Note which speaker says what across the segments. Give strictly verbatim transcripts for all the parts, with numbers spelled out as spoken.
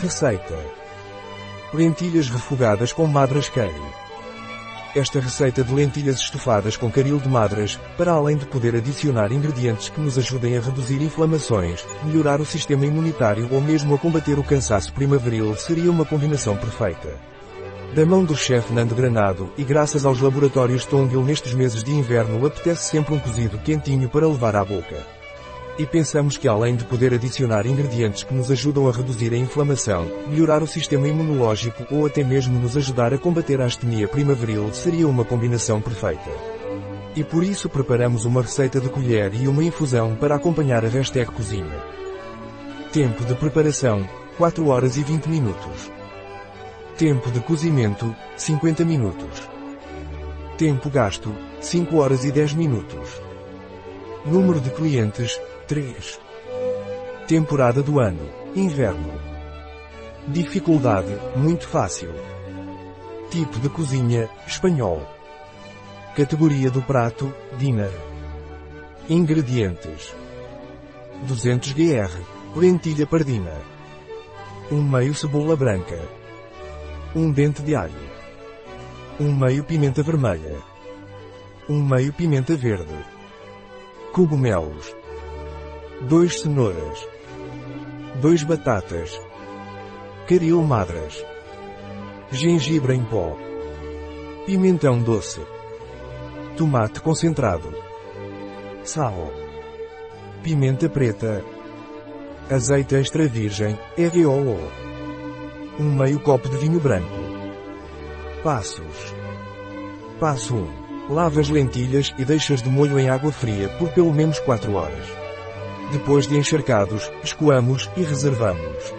Speaker 1: Receita: lentilhas refogadas com madras curry. Esta receita de lentilhas estofadas com caril de madras, para além de poder adicionar ingredientes que nos ajudem a reduzir inflamações, melhorar o sistema imunitário ou mesmo a combater o cansaço primaveril, seria uma combinação perfeita. Da mão do chefe Nando Granado, e graças aos laboratórios Tongil, nestes meses de inverno apetece sempre um cozido quentinho para levar à boca. E pensamos que, além de poder adicionar ingredientes que nos ajudam a reduzir a inflamação, melhorar o sistema imunológico ou até mesmo nos ajudar a combater a astenia primaveril, seria uma combinação perfeita. E por isso preparamos uma receita de colher e uma infusão para acompanhar a hashtag cozinha. Tempo de preparação: quatro horas e vinte minutos. Tempo de cozimento: cinquenta minutos. Tempo gasto: cinco horas e dez minutos. Número de clientes: três. Temporada do ano: inverno. Dificuldade: muito fácil. Tipo de cozinha: espanhol. Categoria do prato: dinner. Ingredientes: duzentos gramas lentilha pardina, um meio cebola branca, um dente de alho, um meio pimenta vermelha, um meio pimenta verde, cogumelos, dois cenouras, dois batatas, caril madras, gengibre em pó, pimentão doce, tomate concentrado, sal, pimenta preta, azeite extra virgem, R O O, um meio copo de vinho branco. Passos: Passo um. Lava as lentilhas e deixa-as de molho em água fria por pelo menos quatro horas. Depois de encharcados, escoamos e reservamos.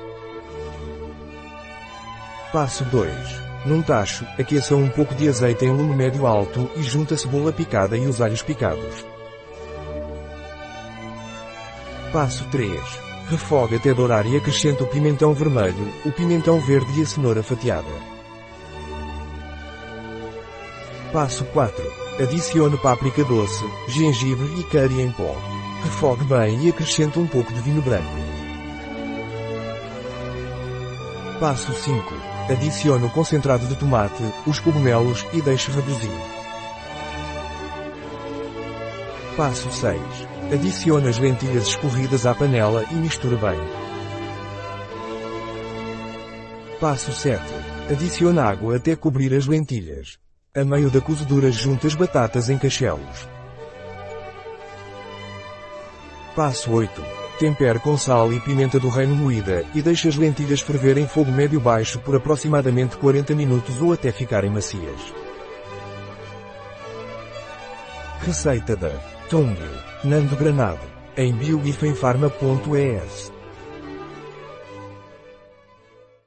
Speaker 1: Passo dois. Num tacho, aqueça um pouco de azeite em lume médio alto e junte a cebola picada e os alhos picados. Passo três. Refogue até dourar e acrescente o pimentão vermelho, o pimentão verde e a cenoura fatiada. Passo quatro. Adicione páprica doce, gengibre e curry em pó. Refogue bem e acrescente um pouco de vinho branco. Passo cinco. Adicione o concentrado de tomate, os cogumelos e deixe reduzir. Passo seis. Adicione as lentilhas escorridas à panela e misture bem. Passo sete. Adicione água até cobrir as lentilhas. A meio da cozedura junte as batatas em cachelos. Passo oito. Tempere com sal e pimenta do reino moída e deixe as lentilhas ferver em fogo médio-baixo por aproximadamente quarenta minutos ou até ficarem macias. Receita da Tongil, Nando Granado, em biogifenfarma ponto es.